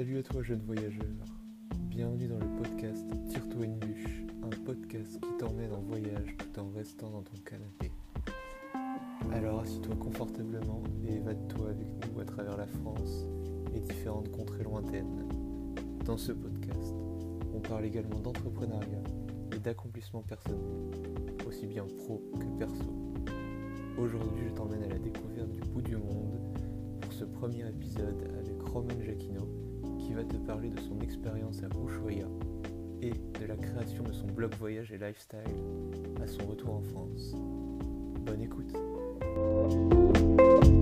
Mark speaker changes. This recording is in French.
Speaker 1: Salut à toi jeune voyageur, bienvenue dans le podcast Tire-toi une bûche, un podcast qui t'emmène en voyage tout en restant dans ton canapé. Alors assis-toi confortablement et évade-toi avec nous à travers la France et différentes contrées lointaines. Dans ce podcast, on parle également d'entrepreneuriat et d'accomplissement personnel, aussi bien pro que perso. Aujourd'hui, je t'emmène à la découverte du bout du monde pour ce premier épisode avec Roman Jacquino qui va te parler de son expérience à Ushuaïa et de la création de son blog voyage et lifestyle à son retour en France. Bonne écoute.